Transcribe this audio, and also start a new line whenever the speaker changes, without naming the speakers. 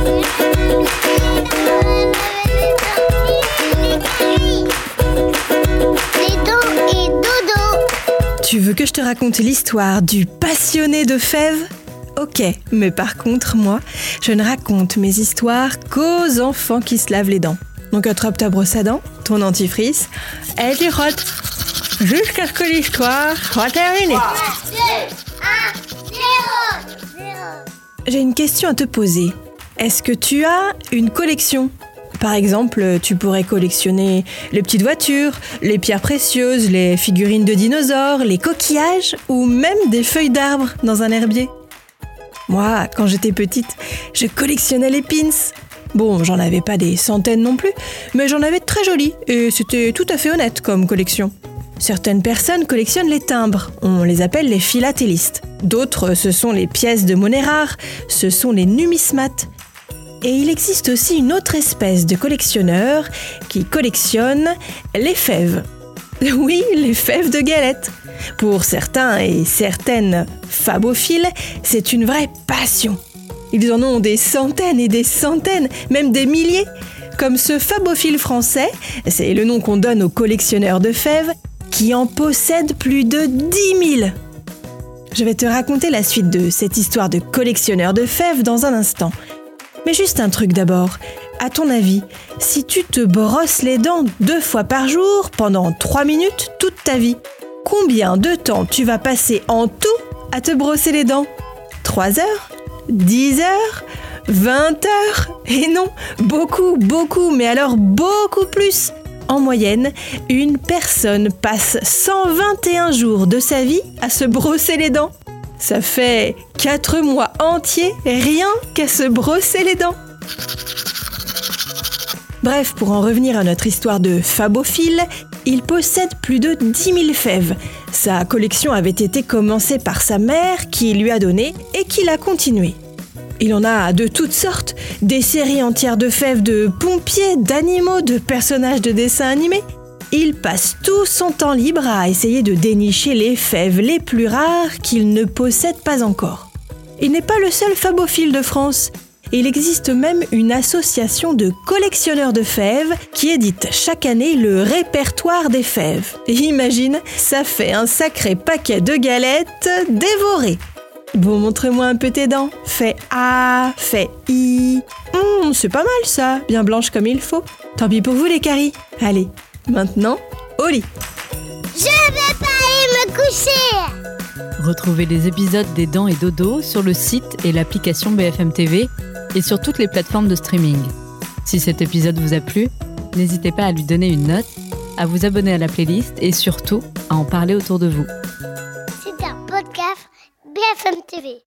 et dodo.
Tu veux que je te raconte l'histoire du passionné de fèves ? Ok, mais par contre, moi, je ne raconte mes histoires qu'aux enfants qui se lavent les dents. Donc attrape ta brosse à dents, ton dentifrice, et tu frottes jusqu'à ce que l'histoire soit terminée.
3, 2, 1, 0.
J'ai une question à te poser. Est-ce que tu as une collection ? Par exemple, tu pourrais collectionner les petites voitures, les pierres précieuses, les figurines de dinosaures, les coquillages ou même des feuilles d'arbres dans un herbier. Moi, quand j'étais petite, je collectionnais les pins. Bon, j'en avais pas des centaines non plus, mais j'en avais de très jolis et c'était tout à fait honnête comme collection. Certaines personnes collectionnent les timbres, on les appelle les philatélistes. D'autres, ce sont les pièces de monnaie rares, ce sont les numismates. Et il existe aussi une autre espèce de collectionneur qui collectionne les fèves. Oui, les fèves de galette. Pour certains et certaines fabophiles, c'est une vraie passion. Ils en ont des centaines et des centaines, même des milliers. Comme ce fabophile français, c'est le nom qu'on donne aux collectionneurs de fèves, qui en possède plus de 10 000. Je vais te raconter la suite de cette histoire de collectionneur de fèves dans un instant. Mais juste un truc d'abord. À ton avis, si tu te brosses les dents 2 fois par jour pendant 3 minutes toute ta vie, combien de temps tu vas passer en tout à te brosser les dents ? 3 heures ? 10 heures ? 20 heures ? Et non, beaucoup, mais alors beaucoup plus. En moyenne, une personne passe 121 jours de sa vie à se brosser les dents. Ça fait 4 mois entiers rien qu'à se brosser les dents. Bref, pour en revenir à notre histoire de fabophile, il possède plus de 10 000 fèves. Sa collection avait été commencée par sa mère qui lui a donné et qui l'a continuée. Il en a de toutes sortes, des séries entières de fèves de pompiers, d'animaux, de personnages de dessins animés. Il passe tout son temps libre à essayer de dénicher les fèves les plus rares qu'il ne possède pas encore. Il n'est pas le seul fabophile de France. Il existe même une association de collectionneurs de fèves qui édite chaque année le répertoire des fèves. Et imagine, ça fait un sacré paquet de galettes dévorées. Bon, montre-moi un peu tes dents. Fais A, fais I. C'est pas mal ça, bien blanche comme il faut. Tant pis pour vous les caries. Allez, maintenant, au lit.
Je vais pas aller me coucher.
Retrouvez les épisodes des Dents et Dodo sur le site et l'application BFM TV et sur toutes les plateformes de streaming. Si cet épisode vous a plu, n'hésitez pas à lui donner une note, à vous abonner à la playlist et surtout à en parler autour de vous.
C'est un podcast BFM TV.